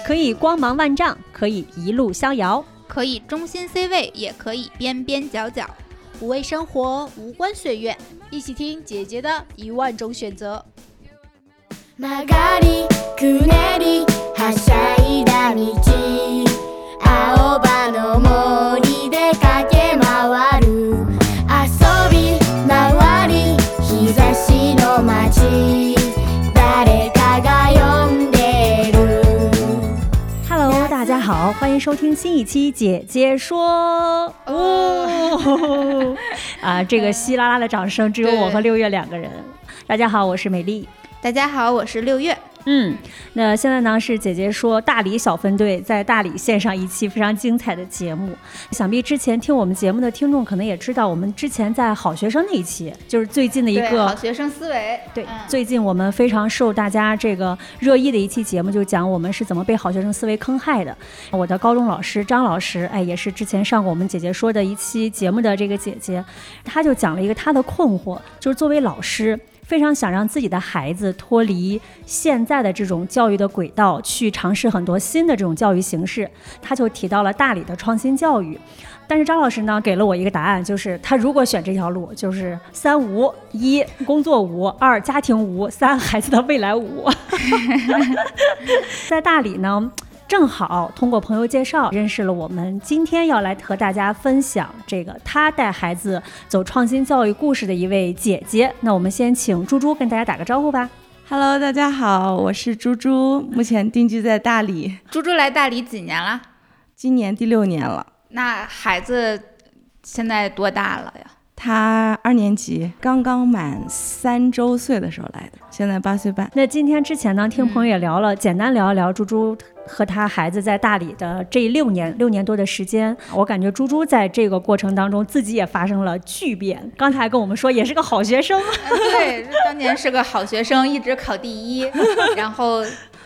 可以光芒万丈，可以一路逍遥， 可以中心 C 位，也可以边边角角。 无畏生活，无关岁月，一起听姐姐的10000种选择。 曲がりくねりはしゃいだ道、青葉の森で駆け回る、遊び回り日差しの街、誰かが呼んでる。 Hello， 大家好，欢迎收听新一期姐姐说。这个稀拉拉的掌声只有我和六月两个人。大家好，我是美丽。 大家好，我是六月。 那现在呢是姐姐说大理小分队在大理线上一期非常精彩的节目。想必之前听我们节目的听众可能也知道，我们之前在好学生那一期，就是最近的一个好学生思维。 对，最近我们非常受大家这个热议的一期节目，就讲我们是怎么被好学生思维坑害的。我的高中老师张老师，也是之前上过我们姐姐说的一期节目的这个姐姐，她就讲了一个她的困惑，就是作为老师非常想让自己的孩子脱离现在的这种教育的轨道，去尝试很多新的这种教育形式。他就提到了大理的创新教育，但是张老师呢给了我一个答案，就是他如果选这条路，就是3无：1工作无，2家庭无，3孩子的未来无。在大理呢，正好通过朋友介绍认识了我们今天要来和大家分享这个她带孩子走创新教育故事的一位姐姐。那我们先请猪猪跟大家打个招呼吧。 Hello， 大家好，我是猪猪，目前定居在大理。 猪猪来大理几年了？ 今年第6年了。 那孩子现在多大了呀？ 他2年级，刚刚满3周岁的时候来的，现在8岁半。 那今天之前呢，听朋友也聊了，简单聊一聊猪猪和他孩子在大理的这6年多的时间。我感觉猪猪在这个过程当中自己也发生了巨变，刚才还跟我们说也是个好学生。 对，当年是个好学生，一直考第1，然后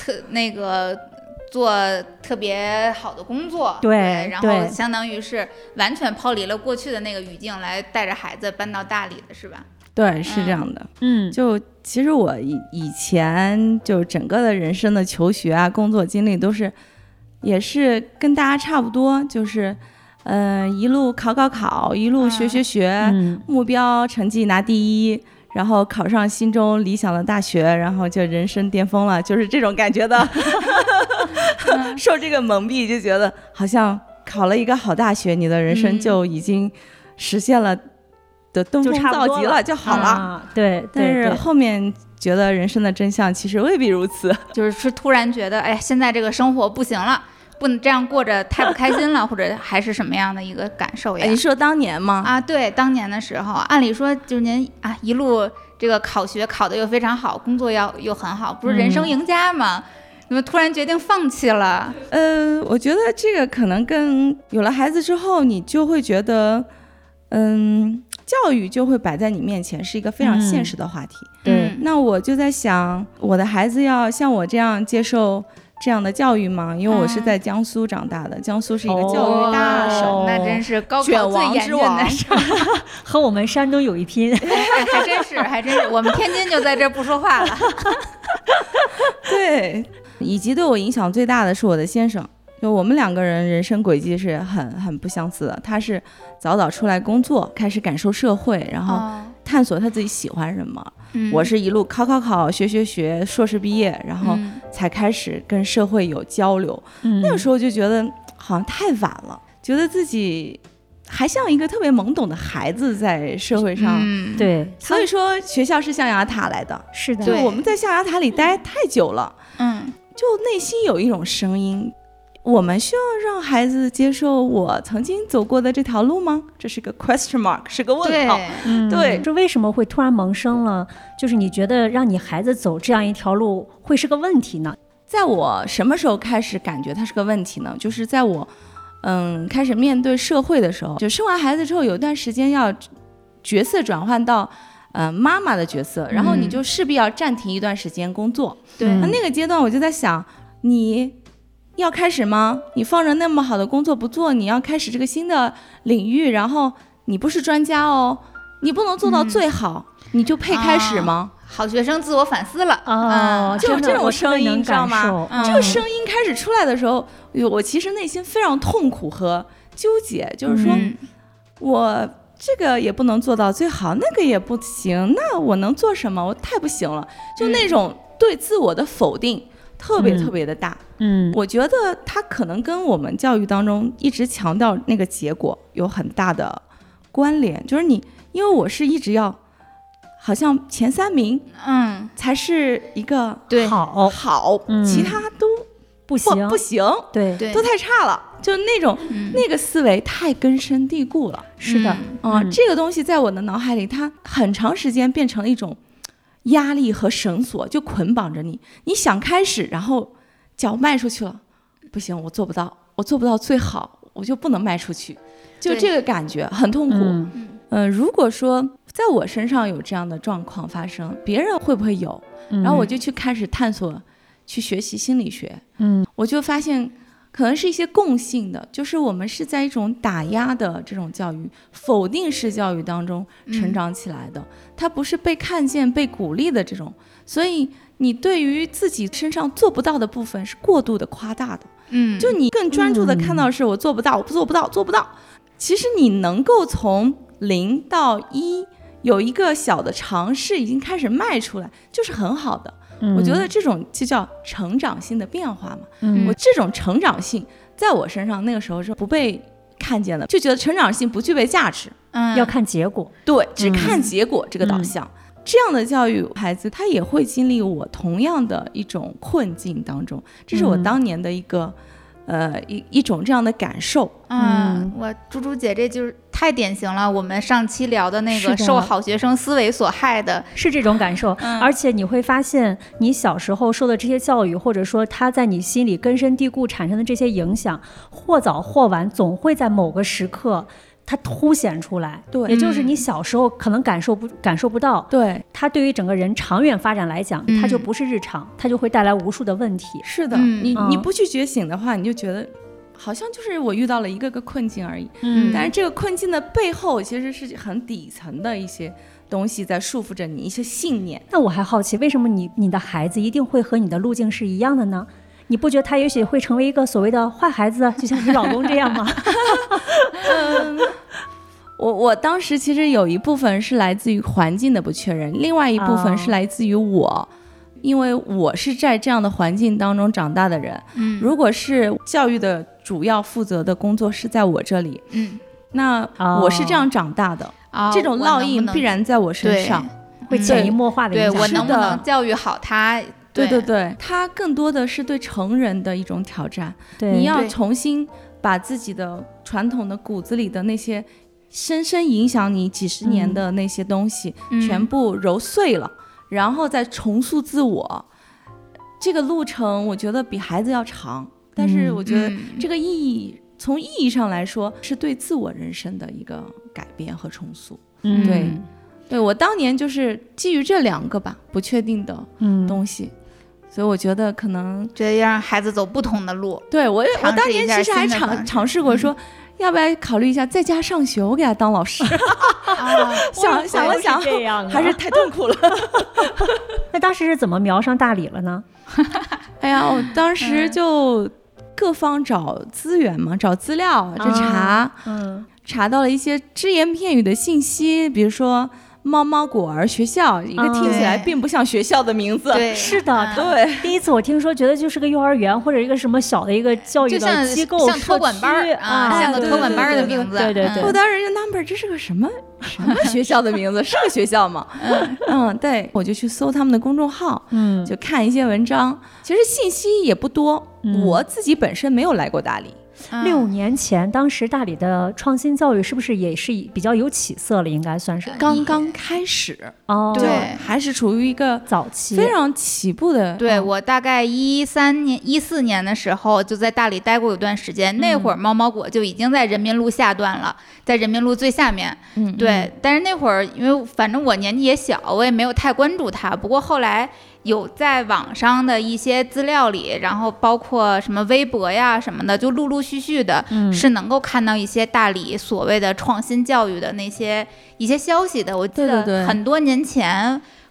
做特别好的工作， 对， 然后相当于是完全抛离了过去的那个语境，来带着孩子搬到大理的是吧？ 对，是这样的。就其实我以前就整个的人生的求学啊、工作经历也是跟大家差不多，就是一路考，一路学，目标成绩拿第1。然后考上心中理想的大学，然后就人生巅峰了，就是这种感觉的。受这个蒙蔽，就觉得好像考了一个好大学，你的人生就已经实现了的登峰造极了，就好了。 对， 但是后面觉得人生的真相其实未必如此， 就是突然觉得，现在这个生活不行了。不能这样过着，太不开心了，或者还是什么样的一个感受呀？ 你说当年吗？ 对，当年的时候，按理说就是您一路这个考学考得又非常好，工作又很好，不是人生赢家吗？怎么突然决定放弃了？ 我觉得这个可能跟有了孩子之后，你就会觉得，教育就会摆在你面前，是一个非常现实的话题。 对， 那我就在想，我的孩子要像我这样接受这样的教育吗？因为我是在江苏长大的，江苏是一个教育大省， 那真是高考最严峻的省， 和我们山东有一拼。 还真是，我们天津就在这不说话了。 对，以及对我影响最大的是我的先生，就我们2个人人生轨迹是很不相似的。他是早出来工作，开始感受社会，然后探索他自己喜欢什么。我是一路考，学，硕士毕业，然后才开始跟社会有交流。那个时候就觉得好像太晚了，觉得自己还像一个特别懵懂的孩子在社会上。 对， 所以说学校是象牙塔来的。 是的， 就我们在象牙塔里待太久了，就内心有一种声音，我们需要让孩子接受我曾经走过的这条路吗？这是个 question mark， 是个问号。对， 这为什么会突然萌生了？就是你觉得让你孩子走这样一条路会是个问题呢？ 在我什么时候开始感觉它是个问题呢？就是在我开始面对社会的时候，就生完孩子之后有一段时间要角色转换到妈妈的角色，然后你就势必要暂停一段时间工作。 对， 那个阶段我就在想，你要开始吗？你放着那么好的工作不做，你要开始这个新的领域，然后你不是专家哦，你不能做到最好，你就配开始吗？ 好学生自我反思了。 就这种声音，你知道吗？这个声音开始出来的时候，我其实内心非常痛苦和纠结，就是说，我这个也不能做到最好，那个也不行，那我能做什么？我太不行了，就那种对自我的否定特别特别的大。我觉得它可能跟我们教育当中一直强调那个结果有很大的关联，就是因为我是一直要好像前3名才是一个好，其他都不行， 对， 都太差了，就那种那个思维太根深蒂固了。 是的， 这个东西在我的脑海里，它很长时间变成了一种压力和绳索，就捆绑着你。你想开始，然后脚迈出去了，不行，我做不到，我做不到最好，我就不能迈出去，就这个感觉很痛苦。如果说在我身上有这样的状况发生，别人会不会有？然后我就去开始探索，去学习心理学。我就发现可能是一些共性的，就是我们是在一种打压的这种教育、否定式教育当中成长起来的，它不是被看见、被鼓励的这种，所以你对于自己身上做不到的部分是过度的夸大的。就你更专注的看到是我做不到，我做不到。其实你能够从0到1有一个小的尝试，已经开始迈出来，就是很好的。我觉得这种就叫成长性的变化嘛。我这种成长性在我身上那个时候是不被看见的，就觉得成长性不具备价值， 要看结果。 对，只看结果这个导向。这样的教育孩子他也会经历我同样的一种困境当中，这是我当年的一个一种这样的感受。 我猪猪姐这就是太典型了，我们上期聊的那个受好学生思维所害的是这种感受。而且你会发现你小时候受的这些教育，或者说它在你心里根深蒂固产生的这些影响，或早或晚总会在某个时刻它凸显出来。 对， 也就是你小时候可能感受不到， 对， 它对于整个人长远发展来讲，它就不是日常，它就会带来无数的问题。 是的，你不去觉醒的话，你就觉得好像就是我遇到了一个个困境而已。但是这个困境的背后其实是很底层的一些东西在束缚着你，一些信念。 那我还好奇，为什么你的孩子一定会和你的路径是一样的呢？你不觉得他也许会成为一个所谓的坏孩子，就像你老公这样吗？ 我当时其实有一部分是来自于环境的不确认，另外一部分是来自于我，因为我是在这样的环境当中长大的人。如果是教育的主要负责的工作是在我这里，那我是这样长大的，这种烙印必然在我身上， 会潜移默化的影响。 对，我能不能教育好他？ 对，它更多的是对成人的一种挑战。你要重新把自己的传统的骨子里的那些深深影响你几十年的那些东西，全部揉碎了，然后再重塑自我。这个路程我觉得比孩子要长，但是我觉得这个意义，从意义上来说，是对自我人生的一个改变和重塑。对，我当年就是基于这2个吧不确定的东西。所以我觉得可能觉得要让孩子走不同的路。 对，我当年其实还尝试过说，要不要考虑一下在家上学，我给他当老师。想了想，还是太痛苦了。 那当时是怎么瞄上大理了呢？ 哎呀，我当时就各方找资源嘛，找资料，就查到了一些只言片语的信息，比如说猫猫果儿学校，一个听起来并不像学校的名字。 对， 是的，对。第一次我听说，觉得就是个幼儿园或者一个什么小的一个教育的机构， 像托管班像个托管班的名字。 对。 我当时就纳闷，这是个什么学校的名字？是个学校吗？对，我就去搜他们的公众号，就看一些文章。其实信息也不多，我自己本身没有来过大理。 6年前，当时大理的创新教育是不是也是比较有起色了？应该算是刚刚开始对， 还是处于一个早期非常起步的。 对，我大概14年的时候就在大理待过一段时间，那会儿猫猫果就已经在人民路下段了，在人民路最下面。对，但是那会儿因为反正我年纪也小，我也没有太关注它。不过后来有在网上的一些资料里，然后包括什么微博呀什么的，就陆陆续续的是能够看到一些大理所谓的创新教育的那些一些消息的。我记得很多年前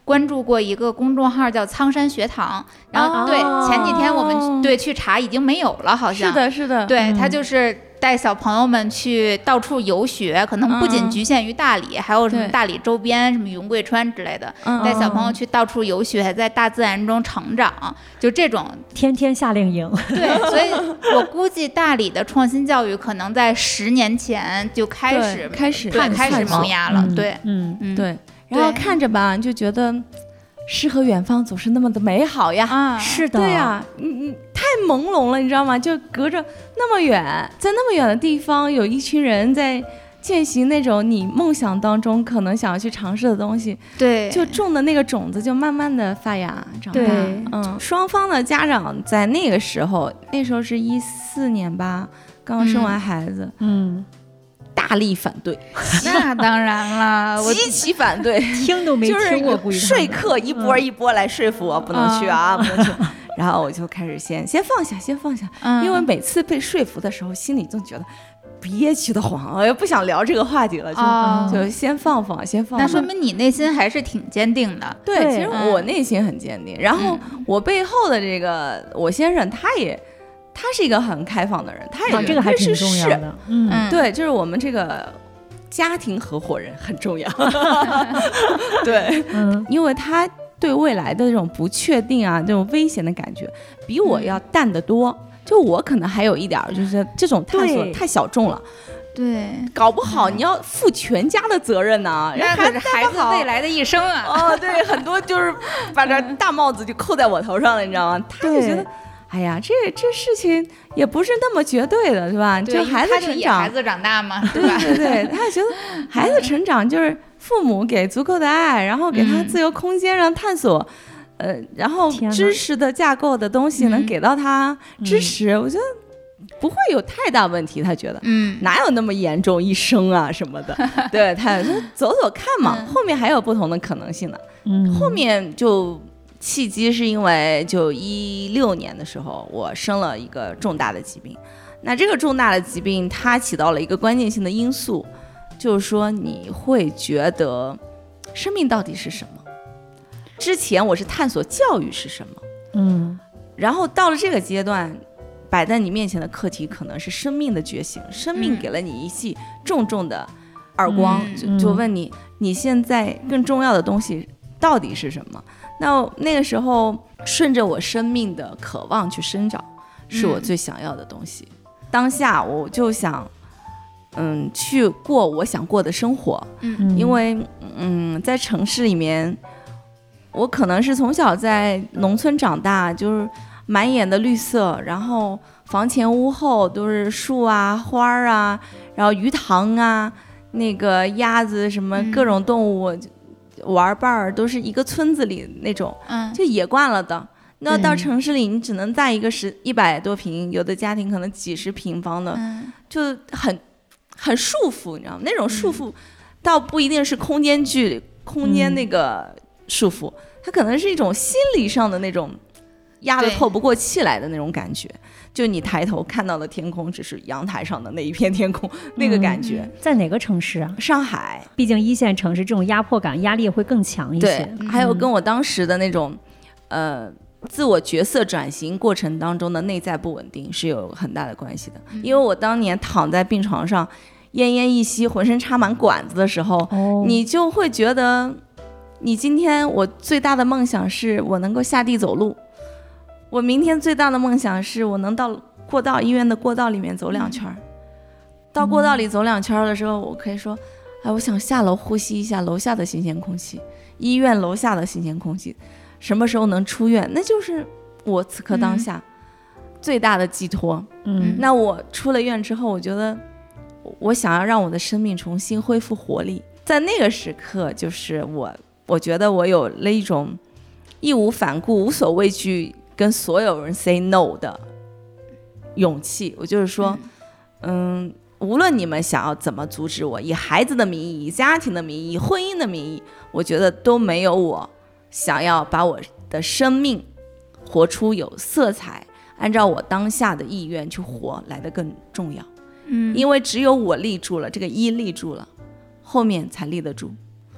关注过一个公众号叫苍山学堂，然后对，前几天我们去查已经没有了，好像是的， 对，他就是带小朋友们去到处游学，可能不仅局限于大理，还有什么大理周边，什么云贵川之类的，带小朋友去到处游学，在大自然中成长，就这种天天夏令营。 对，所以我估计大理的创新教育可能在10年前就开始萌芽了，对， 对，然后看着吧，就觉得诗和远方总是那么的美好呀， 是的， 对呀，你太朦胧了，你知道吗？就隔着那么远，在那么远的地方，有一群人在践行那种你梦想当中可能想要去尝试的东西， 对， 就种的那个种子就慢慢的发芽长大。双方的家长在那个时候是14年吧，刚生完孩子，大力反对。 那当然了，我极其反对， 听都没听过， 就是说客一波一波来说服我，不能去啊，不能去。然后我就开始先放下，因为每次被说服的时候，心里总觉得憋屈的慌，我也不想聊这个话题了，就先放。 那说明你内心还是挺坚定的。 对，其实我内心很坚定。然后我背后的这个我先生，他是一个很开放的人，他也这个还挺重要的。 对，就是我们这个家庭合伙人很重要。对，因为他对未来的这种不确定啊，这种危险的感觉，比我要淡得多。就我可能还有一点，就是这种探索太小众了。 对， 搞不好你要负全家的责任呢， 那可是孩子未来的一生啊。 对，很多就是把这大帽子就扣在我头上了，你知道吗？他就觉得，哎呀，这事情也不是那么绝对的，对吧？就孩子成长， 孩子长大嘛，对吧？ 对，他觉得孩子成长就是父母给足够的爱，然后给他自由空间让探索。然后知识的架构的东西能给到他支持，我觉得不会有太大问题。他觉得，哪有那么严重一生啊什么的？对，他就走看嘛，后面还有不同的可能性的。后面就契机是因为就16年的时候，我生了一个重大的疾病。那这个重大的疾病，它起到了一个关键性的因素，就是说你会觉得生命到底是什么？之前我是探索教育是什么，然后到了这个阶段，摆在你面前的课题可能是生命的觉醒，生命给了你一记重重的耳光，就问你，你现在更重要的东西到底是什么？那个时候顺着我生命的渴望去生长，是我最想要的东西。当下我就想，去过我想过的生活，因为在城市里面。我可能是从小在农村长大，就是满眼的绿色，然后房前屋后都是树啊、花啊，然后鱼塘啊，那个鸭子什么各种动物玩伴儿，都是一个村子里那种，就野惯了的。那到城市里，你只能在一个100多平，有的家庭可能几十平方的，就很束缚，你知道吗？那种束缚，倒不一定是空间那个束缚。它可能是一种心理上的那种压得透不过气来的那种感觉，就你抬头看到的天空只是阳台上的那一片天空，那个感觉。 在哪个城市啊？ 上海， 毕竟1线城市这种压迫感压力会更强一些。 对，还有跟我当时的那种自我角色转型过程当中的内在不稳定是有很大的关系的。因为我当年躺在病床上奄奄一息，浑身插满管子的时候，你就会觉得你今天我最大的梦想是我能够下地走路，我明天最大的梦想是我能到医院的过道里面走2圈，到过道里走2圈的时候，我可以说，我想下楼呼吸一下楼下的新鲜空气，医院楼下的新鲜空气，什么时候能出院，那就是我此刻当下最大的寄托。那我出了院之后，我觉得我想要让我的生命重新恢复活力，在那个时刻，就是我觉得我有了一种义无反顾、无所畏惧跟所有人 say no 的勇气。我就是说，无论你们想要怎么阻止我，以孩子的名义、以家庭的名义、以婚姻的名义，我觉得都没有我想要把我的生命活出有色彩，按照我当下的意愿去活来得更重要。因为只有我立住了，这个立住了，后面才立得住。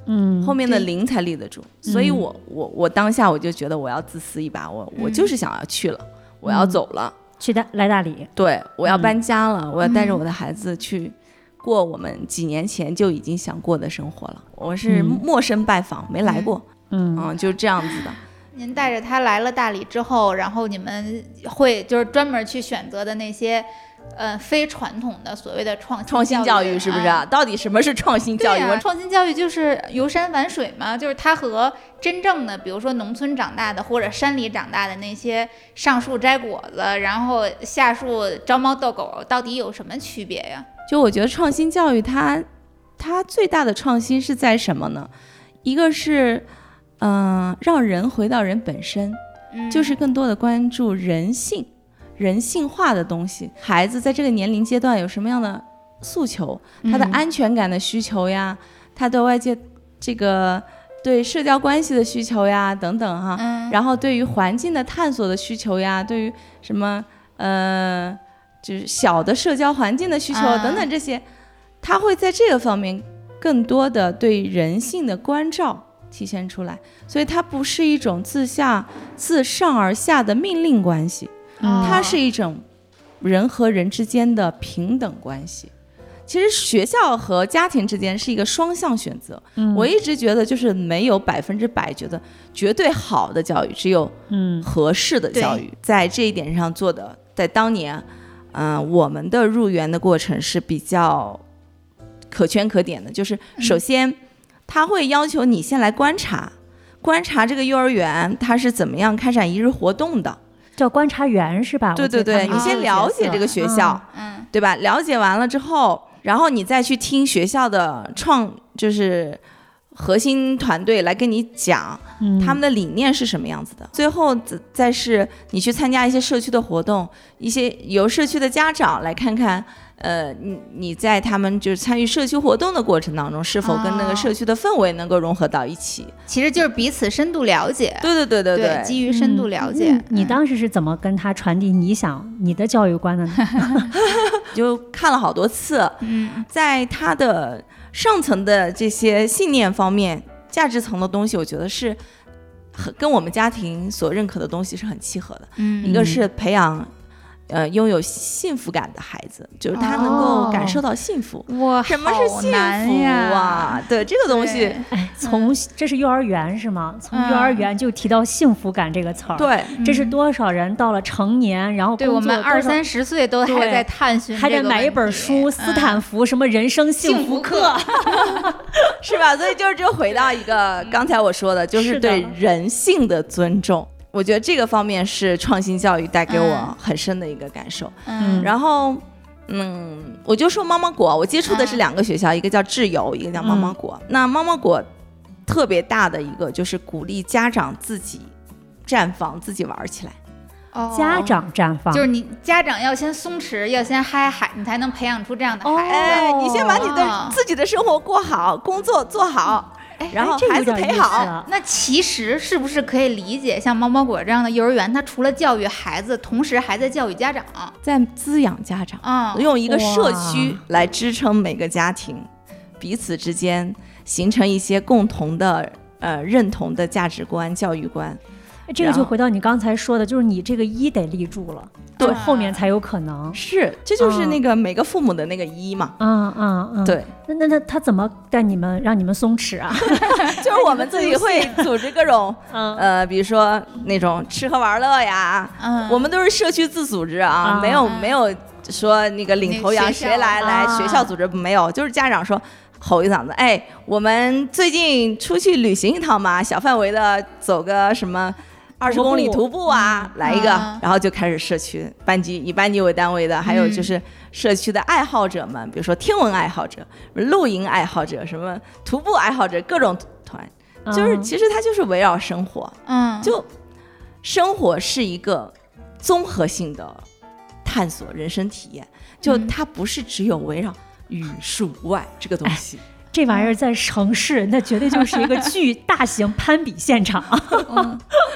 后面的零才立得住。所以我当下我就觉得我要自私一把，我就是想要去了，我要走了， 去来大理， 对，我要搬家了，我要带着我的孩子去过我们几年前就已经想过的生活了。我是陌生拜访，没来过，就这样子的。 您带着他来了大理之后，然后你们会就是专门去选择的那些非传统的所谓的创新教育是不是啊？到底什么是创新教育？ 创新教育就是游山玩水嘛，就是它和真正的比如说农村长大的或者山里长大的那些上树摘果子，然后下树招猫逗狗，到底有什么区别呀？ 就我觉得创新教育它最大的创新是在什么呢？一个是让人回到人本身，就是更多的关注人性化的东西。孩子在这个年龄阶段有什么样的诉求，他的安全感的需求呀，他对外界这个对社交关系的需求呀等等哈，然后对于环境的探索的需求呀，对于什么就是小的社交环境的需求等等这些，他会在这个方面更多的对人性的关照体现出来。所以它不是一种自上而下的命令关系，它是一种人和人之间的平等关系。其实学校和家庭之间是一个双向选择，我一直觉得就是没有100%觉得绝对好的教育，只有合适的教育。在这一点上做的，在当年我们的入园的过程是比较可圈可点的。就是首先他会要求你先来观察这个幼儿园它是怎么样开展一日活动的， 叫观察员是吧？ 对，你先了解这个学校，对吧？了解完了之后，然后你再去听学校的就是核心团队来跟你讲他们的理念是什么样子的。最后再是你去参加一些社区的活动，一些由社区的家长来看看你在他们就是参与社区活动的过程当中，是否跟那个社区的氛围能够融合到一起。 其实就是彼此深度了解。 对， 基于深度了解。 你当时是怎么跟他传递你的教育观的呢？ 就看了好多次，在他的上层的这些信念方面，价值层的东西，我觉得是跟我们家庭所认可的东西是很契合的。一个是培养拥有幸福感的孩子，就是他能够感受到幸福。 哇， 什么是幸福啊？对，这个东西， 这是幼儿园是吗？从幼儿园就提到幸福感这个词儿。 对， 这是多少人到了成年，然后工作， 对我们20-30岁都还在探寻这个问题， 还得买一本书，斯坦福什么人生幸福课， 是吧？所以就回到一个刚才我说的，就是对人性的尊重。我觉得这个方面是创新教育带给我很深的一个感受。然后我就说猫猫果，我接触的是2个学校，一个叫智游，一个叫猫猫果。那猫猫果特别大的一个就是鼓励家长自己绽放，自己玩起来。 家长绽放， 就是你家长要先松弛，要先嗨，你才能培养出这样的孩子。 你先把你的自己的生活过好，工作做好。然后孩子陪好。 那其实是不是可以理解，像猫猫果这样的幼儿园，它除了教育孩子，同时还在教育家长， 在滋养家长，用一个社区来支撑每个家庭，彼此之间形成一些共同的认同的价值观、教育观。 这个就回到你刚才说的，就是你这个一得立住了，对，后面才有可能。 是，这就是那个每个父母的那个一嘛。对。 那他怎么带你们，让你们松弛啊？ 就是我们自己会组织各种比如说那种吃喝玩乐呀，我们都是社区自组织啊，没有说那个领头羊谁来学校组织，没有，就是家长说。吼一嗓子，我们最近出去旅行一趟嘛，小范围的走个什么20公里徒步啊，来一个，然后就开始社区班级以班级为单位的，还有就是社区的爱好者们，比如说天文爱好者、露营爱好者、什么徒步爱好者，各种团，就是其实它就是围绕生活，就生活是一个综合性的探索人生体验，就它不是只有围绕语数外这个东西， 这玩意儿在城市那绝对就是一个巨大型攀比现场。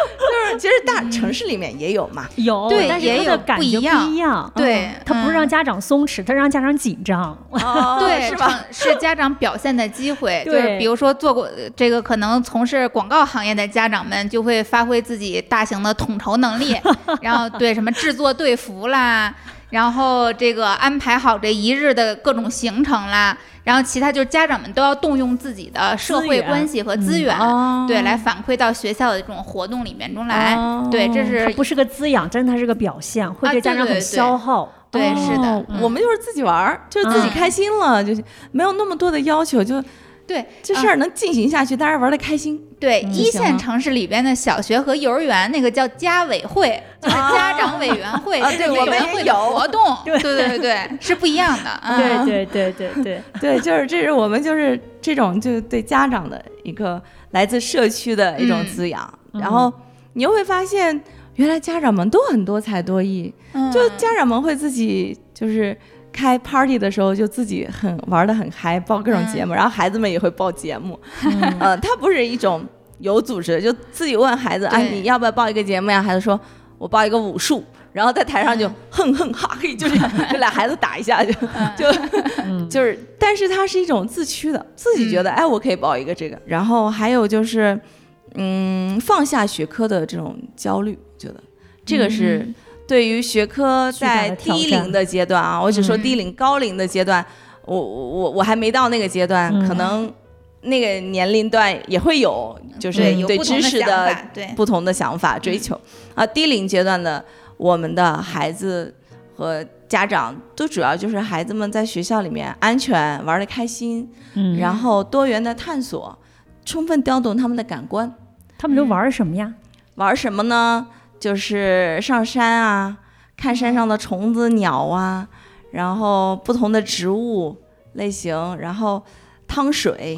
就是其实大城市里面也有嘛， 有， 对但是它的感觉不一样。 对， 它不是让家长松弛，它让家长紧张。 对， 是吧？ 是家长表现的机会。就是比如说做过这个可能从事广告行业的家长们，就会发挥自己大型的统筹能力，然后对什么制作队服啦。然后这个安排好这一日的各种行程啦，然后其他就是家长们都要动用自己的社会关系和资源，对，来反馈到学校的这种活动里面中来。对，这是它不是个滋养，真的它是个表现，会对家长很消耗。 对，是的， 我们就是自己玩，就是自己开心了，就是没有那么多的要求，就对这事儿能进行下去，大家玩的开心。 对，一线城市里边的小学和幼儿园那个叫家委会，就是家长委员会， 对，我们也有活动，对，是不一样的。 对，就是这是我们就是这种就对家长的一个来自社区的一种滋养，然后你又会发现原来家长们都很多才多艺，就家长们会自己就是开 party 的时候就自己玩得很嗨，报各种节目，然后孩子们也会报节目，它不是一种有组织的，就自己问孩子啊，你要不要报一个节目呀？孩子说我报一个武术，然后在台上就哼哼哈嘿，就是就俩孩子打一下就是，但是它是一种自驱的，自己觉得哎我可以报一个这个，然后还有就是放下学科的这种焦虑，我觉得这个是对于学科在低龄的阶段啊，我只说低龄高龄的阶段，我还没到那个阶段，可能那个年龄段也会有，就是对知识的不同的想法追求啊。低龄阶段的我们的孩子和家长都主要就是孩子们在学校里面安全玩得开心，然后多元的探索，充分调动他们的感官。 他们都玩什么呀？ 玩什么呢？就是上山啊，看山上的虫子鸟啊，然后不同的植物类型，然后趟水，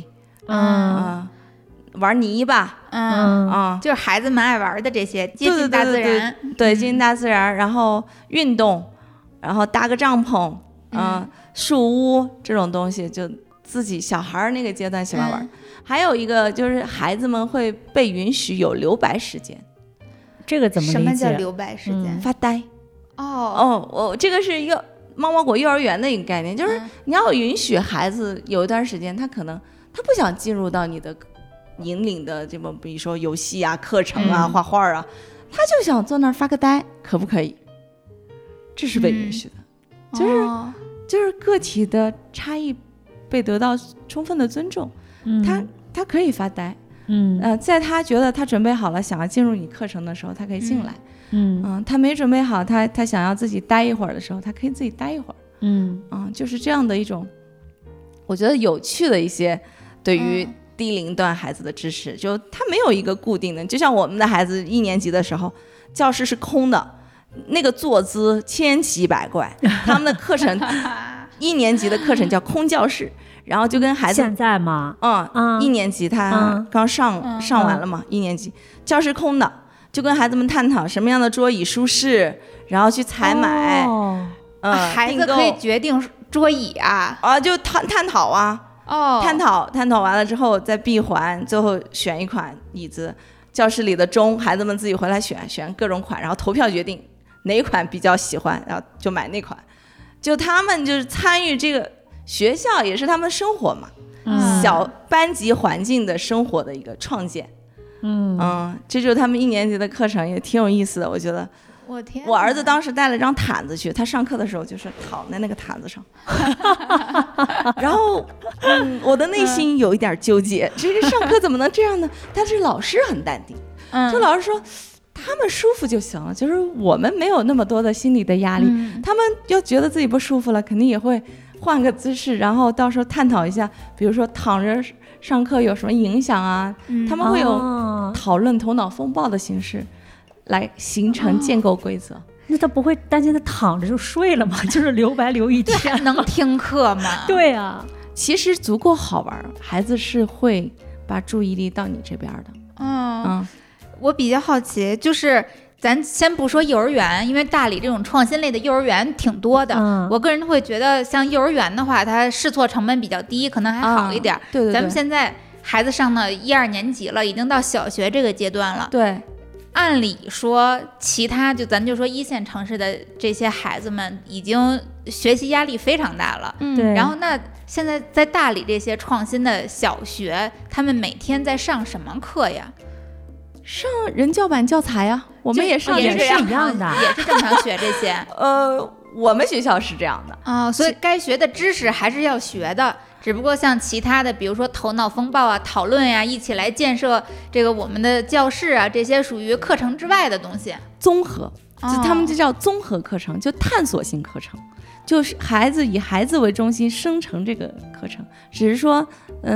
玩泥巴， 就是孩子们爱玩的这些，接近大自然， 对，接近大自然，然后运动，然后搭个帐篷，树屋这种东西，就自己小孩那个阶段喜欢玩。还有一个就是孩子们会被允许有留白时间。 这个怎么理解？ 什么叫留白时间？ 发呆。我这个是猫猫果幼儿园的一个概念，就是你要允许孩子有一段时间，他可能他不想进入到你的引领的这么，比如说游戏啊、课程啊、画画啊，他就想坐那儿发个呆，可不可以？这是被允许的，就是个体的差异被得到充分的尊重，他可以发呆。在他觉得他准备好了想要进入你课程的时候，他可以进来。他没准备好，他想要自己待一会儿的时候，他可以自己待一会儿。就是这样的一种，我觉得有趣的一些对于低龄段孩子的知识，就他没有一个固定的，就像我们的孩子1年级的时候，教室是空的，那个坐姿千奇百怪，他们的课程1年级的课程叫空教室。然后就跟孩子现在吗 ？1年级他刚上完了嘛，1年级教室空的，就跟孩子们探讨什么样的桌椅舒适，然后去采买。 孩子可以决定桌椅啊？ 就探讨啊。探讨完了之后再闭环，最后选一款椅子。教室里的钟，孩子们自己回来选各种款，然后投票决定哪款比较喜欢，然后就买那款。就他们就是参与这个。学校也是他们生活嘛，小班级环境的生活的一个创建，这就是他们1年级的课程，也挺有意思的。我觉得，我儿子当时带了张毯子去，他上课的时候就是躺在那个毯子上，然后，我的内心有一点纠结，这上课怎么能这样呢？但是老师很淡定，就老师说。他们舒服就行了，就是我们没有那么多的心理的压力，他们要觉得自己不舒服了，肯定也会换个姿势，然后到时候探讨一下，比如说躺着上课有什么影响啊，他们会有讨论头脑风暴的形式来形成建构规则。 那他不会担心他躺着就睡了吗？就是留白留一天， 能听课吗？ 对啊， 其实足够好玩，孩子是会把注意力到你这边的。 我比较好奇，就是咱先不说幼儿园，因为大理这种创新类的幼儿园挺多的，我个人会觉得像幼儿园的话，它试错成本比较低，可能还好一点。 对， 咱们现在孩子上的1、2年级了，已经到小学这个阶段了。 对， 按理说其他咱就说一线城市的这些孩子们已经学习压力非常大了， 对。 然后那现在在大理这些创新的小学，他们每天在上什么课呀？ 上人教版教材啊，我们也上， 也是一样的， 也是正常学这些。 我们学校是这样的所以该学的知识还是要学的，只不过像其他的，比如说头脑风暴啊、讨论呀、一起来建设这个我们的教室啊，这些属于课程之外的东西， 综合，就他们就叫综合课程，就探索性课程，就是以孩子为中心生成这个课程，只是说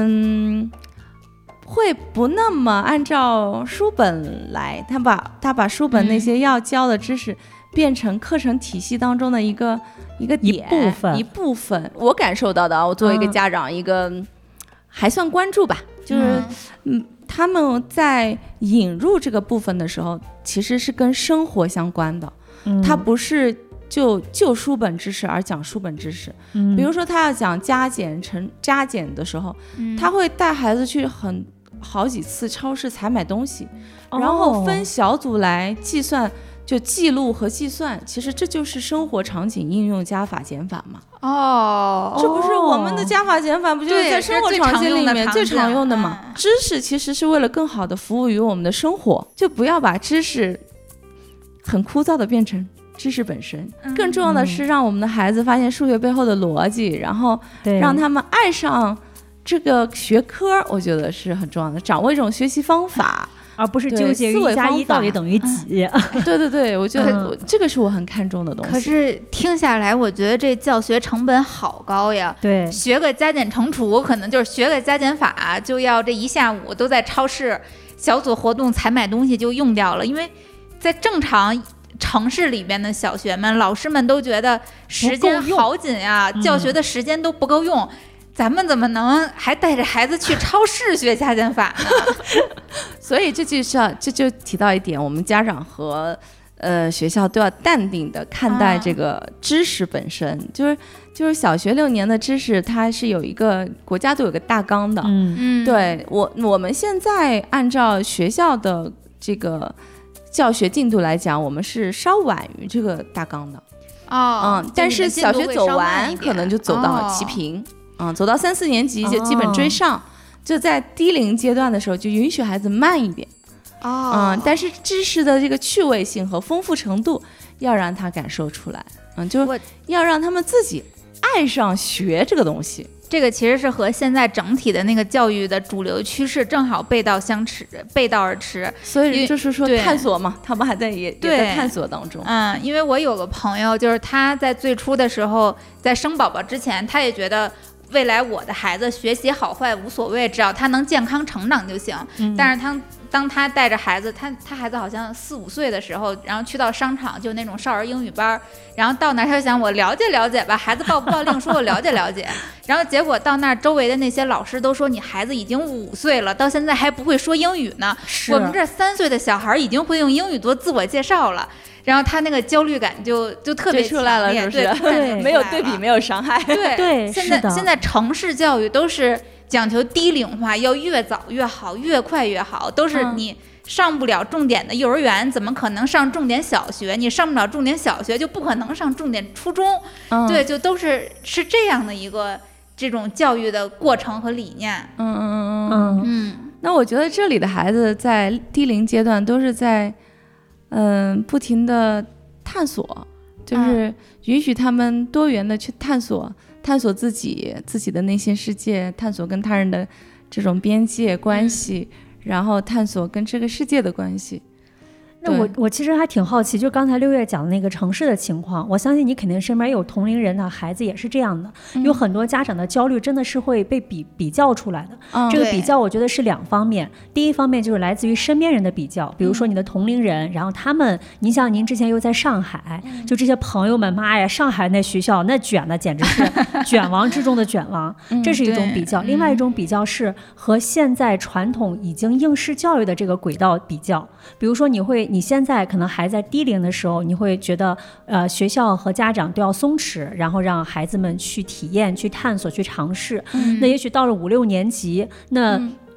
会不那么按照书本来，他把书本那些要教的知识变成课程体系当中的一个点一部分。我感受到的，我作为一个家长，一个还算关注吧，就是他们在引入这个部分的时候，其实是跟生活相关的，它不是就书本知识而讲书本知识。比如说他要讲加减的时候，他会带孩子去好几次超市采买东西，然后分小组来计算，就记录和计算。其实这就是生活场景应用加法减法嘛。这不是我们的加法减法，不就是在生活场景里面最常用的嘛？知识其实是为了更好的服务于我们的生活，就不要把知识很枯燥的变成知识本身，更重要的是让我们的孩子发现数学背后的逻辑，然后让他们爱上这个学科，我觉得是很重要的，掌握一种学习方法， 而不是纠结于1+1到底等于几。 对，我觉得这个是我很看重的东西。 可是听下来，我觉得这教学成本好高呀。 对， 学个加减乘除，可能就是学个加减法，就要这一下午都在超市小组活动采买东西就用掉了。因为在正常城市里边的小学们，老师们都觉得时间好紧呀，教学的时间都不够用。咱们怎么能还带着孩子去超市学加减法呢？ 所以这就提到一点，我们家长和学校都要淡定的看待这个知识本身，就是小学6年的知识，它是有一个国家都有个大纲的。对，我们现在按照学校的这个教学进度来讲，我们是稍晚于这个大纲的。但是小学走完可能就走到齐平。走到3、4年级就基本追上，就在低龄阶段的时候就允许孩子慢一点。但是知识的这个趣味性和丰富程度要让他感受出来，就要让他们自己爱上学这个东西。 这个其实是和现在整体的那个教育的主流趋势正好背道而驰。 所以就是说探索嘛，他们还在也在探索当中。 因为我有个朋友，就是他在最初的时候，在生宝宝之前，他也觉得未来我的孩子学习好坏无所谓，只要他能健康成长就行。但是当他带着孩子，他孩子好像4、5岁的时候，然后去到商场，就那种少儿英语班，然后到那儿他就想我了解了解吧，孩子报不报另说，我了解了解。然后结果到那儿周围的那些老师都说你孩子已经5岁了，到现在还不会说英语呢。我们这3岁的小孩已经会用英语做自我介绍了。然后他那个焦虑感就特别出来了，是不是？ 对， 没有对比没有伤害。 对，现在城市教育都是讲求低龄化，要越早越好，越快越好，都是你上不了重点的幼儿园，怎么可能上重点小学？你上不了重点小学，就不可能上重点初中。对，就都是这样的一个这种教育的过程和理念。 那我觉得这里的孩子在低龄阶段都是在不停的探索，就是允许他们多元的去探索自己的内心世界，探索跟他人的这种边界关系，然后探索跟这个世界的关系。 那我其实还挺好奇，就刚才6月讲的那个城市的情况，我相信你肯定身边有同龄人的孩子也是这样的，有很多家长的焦虑真的是会被比较出来的。这个比较我觉得是2方面，第一方面就是来自于身边人的比较，比如说你的同龄人，然后他们，您像您之前又在上海，就这些朋友们，妈呀，上海那学校那卷的简直是卷王之中的卷王，这是一种比较。另外一种比较是和现在传统已经应试教育的这个轨道比较，比如说你现在可能还在低龄的时候，你会觉得学校和家长都要松弛，然后让孩子们去体验、去探索、去尝试。那也许到了5、6年级，那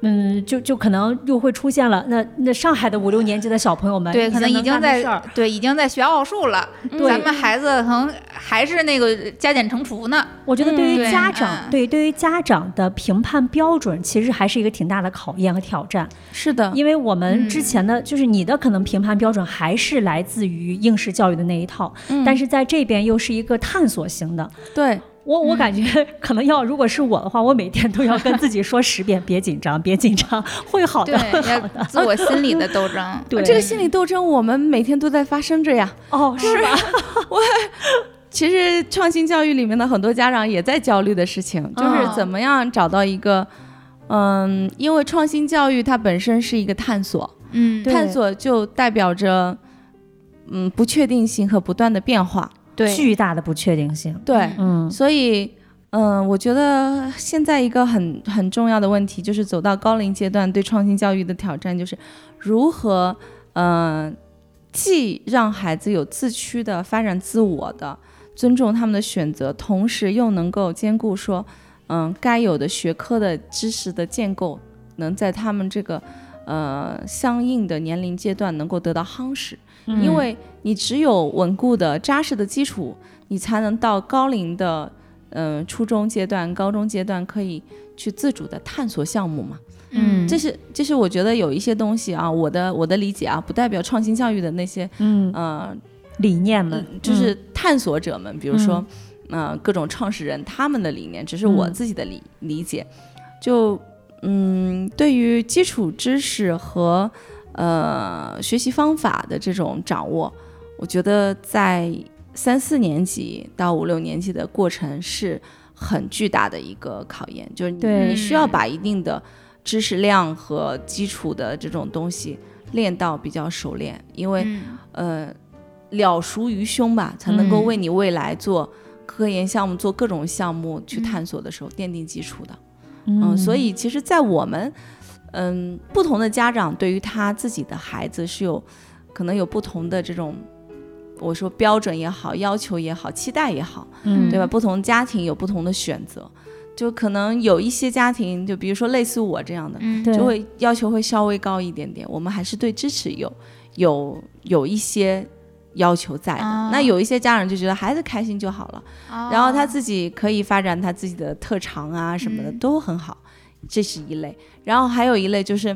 就可能又会出现了，那上海的5、6年级的小朋友们， 对，可能已经在学奥数了，咱们孩子可能还是那个加减乘除呢。 我觉得对于家长，对于家长的评判标准，其实还是一个挺大的考验和挑战。 是的， 因为我们之前的就是你的可能评判标准还是来自于应试教育的那一套，但是在这边又是一个探索型的。 对。 我感觉可能如果是我的话，我每天都要跟自己说10遍别紧张，别紧张，会好的，会好的。 自我心理的斗争， 对这个心理斗争，我们每天都在发生着呀。 哦，是吧？ 其实创新教育里面的很多家长也在焦虑的事情，就是怎么样找到一个，因为创新教育它本身是一个探索，探索就代表着，不确定性和不断的变化。 对，巨大的不确定性。 对，所以，我觉得现在一个很重要的问题就是走到高龄阶段，对创新教育的挑战就是如何，既让孩子有自驱的发展自我的，尊重他们的选择，同时又能够兼顾说，该有的学科的知识的建构，能在他们这个相应的年龄阶段能够得到夯实。因为你只有稳固的扎实的基础，你才能到高龄的初中阶段高中阶段可以去自主的探索项目嘛。这是我觉得有一些东西啊，我的理解啊，不代表创新教育的那些理念们， 就是探索者们，比如说各种创始人他们的理念，只是我自己的理解。就对于基础知识和学习方法的这种掌握，我觉得在3、4年级到5、6年级的过程是很巨大的一个考验，就是你需要把一定的知识量和基础的这种东西练到比较熟练，因为了熟于胸吧，才能够为你未来做科研项目做各种项目去探索的时候奠定基础的。所以其实在我们不同的家长对于他自己的孩子是可能有不同的这种，我说标准也好，要求也好，期待也好，对吧？不同家庭有不同的选择，就可能有一些家庭，就比如说类似我这样的，就会要求会稍微高一点点。我们还是对支持有一些要求在的。那有一些家长就觉得孩子开心就好了，然后他自己可以发展他自己的特长啊什么的，都很好。这是一类。然后还有一类就是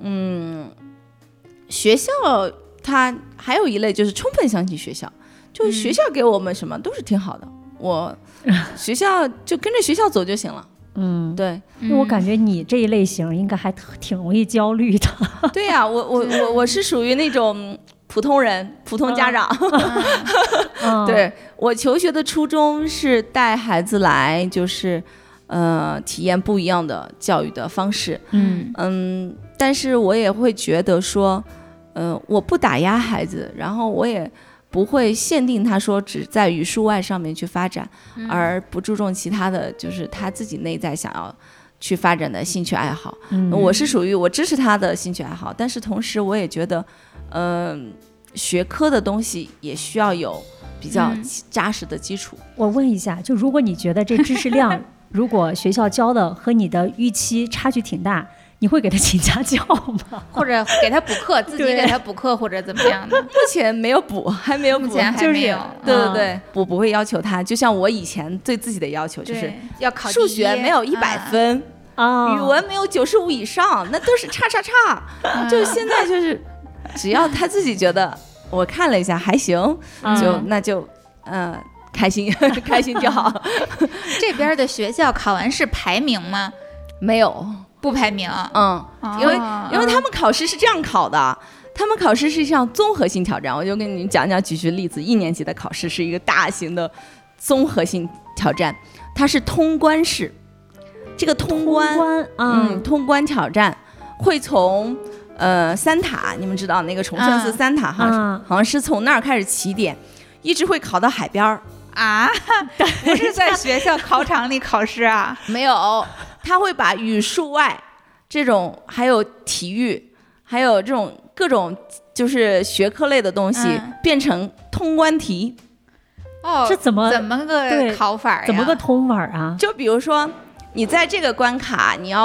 学校它还有一类就是充分相信学校，就是学校给我们什么都是挺好的，我学校就跟着学校走就行了。对， 我感觉你这一类型应该还挺容易焦虑的。 对呀，我是属于那种普通人，普通家长。对，我求学的初衷是带孩子来就是体验不一样的教育的方式。但是我也会觉得说我不打压孩子，然后我也不会限定他说只在语数外上面去发展，而不注重其他的就是他自己内在想要去发展的兴趣爱好。我是属于我支持他的兴趣爱好，但是同时我也觉得学科的东西也需要有比较扎实的基础。 我问一下，就如果你觉得这知识量如果学校教的和你的预期差距挺大，你会给他请家教吗？ 或者给他补课，自己给他补课或者怎么样的？ 目前没有补，还没有补， 目前还没有。 对，我不会要求他，就像我以前对自己的要求就是要考数学没有100分，语文没有95以上，那都是叉。就现在就是只要他自己觉得我看了一下还行，那就开心开心就好。 这边的学校考完试排名吗？ 没有， 不排名。 因为他们考试是这样考的，他们考试是一项综合性挑战。我就跟你们举例子，1年级的考试是一个大型的综合性挑战，它是通关式。这个通关挑战会从三塔，你们知道那个崇圣寺三塔好像是从那儿开始起点，一直会考到海边儿。 不是在学校考场里考试啊？ 没有，他会把语数外这种还有体育还有这种各种就是学科类的东西变成通关题。 这怎么个考法呀？ 怎么个通法啊？ 就比如说你在这个关卡你要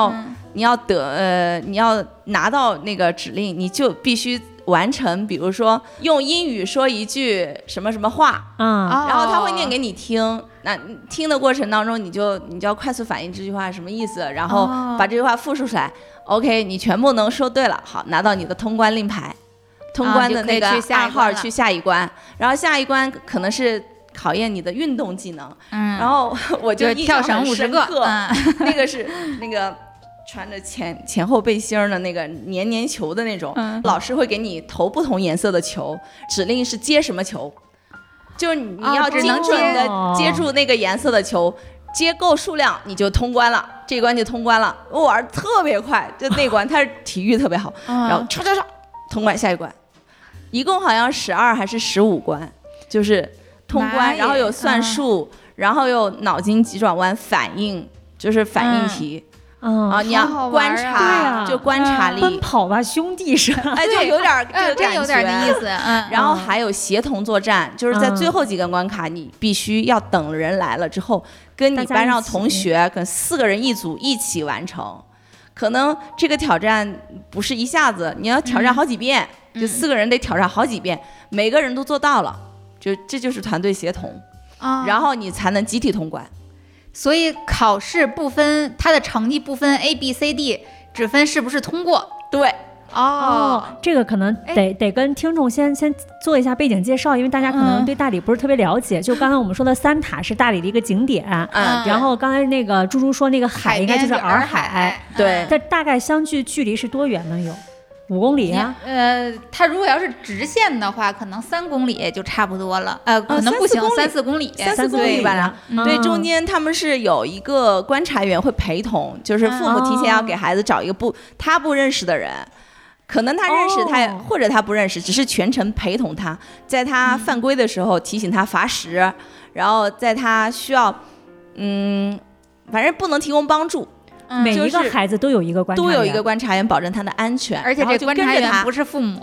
你要拿到那个指令，你就必须完成，比如说用英语说一句什么什么话，然后他会念给你听。那听的过程当中，你就要快速反应这句话是什么意思，然后把这句话复述出来。OK， 你全部能说对了，好，拿到你的通关令牌，通关的那个暗号去下一关，然后下一关可能是考验你的运动技能，然后我就印象很深刻，那个是那个穿着前后背心的那个黏球的那种，老师会给你投不同颜色的球，指令是接什么球，就是你要精准的接住那个颜色的球，接够数量你就通关了，这一关就通关了。我玩特别快，就那关它是体育特别好，然后唰通关下一关，一共好像12还是15关，就是通关，然后有算术，然后有脑筋急转弯反应，就是反应题。你要观察，就观察力， 奔跑吧兄弟是吧？ 哎，就有点这个感觉， 有点那意思。 然后还有协同作战，就是在最后几个关卡，你必须要等人来了之后，跟你班上同学跟4个人一组一起完成。可能这个挑战不是一下子，你要挑战好几遍，就4个人得挑战好几遍，每个人都做到了，这就是团队协同，然后你才能集体通关。 所以考试不分它的成绩不分 A、B、C、D， 只分是不是通过。 对， 这个可能得跟听众先做一下背景介绍，因为大家可能对大理不是特别了解。就刚才我们说的3塔是大理的一个景点，然后刚才那个猪猪说那个海应该就是洱海， 对， 这大概相距离是多远呢？有5公里啊？ 它如果要是直线的话，可能3公里就差不多了。可能不行，3-4公里 ，3-4公里吧。对，中间他们是有一个观察员会陪同，就是父母提前要给孩子找一个他不认识的人，可能他认识他，或者他不认识，只是全程陪同他，在他犯规的时候提醒他罚时，然后在他需要，反正不能提供帮助。 每一个孩子都有一个观察员， 都有一个观察员保证他的安全， 而且这观察员不是父母，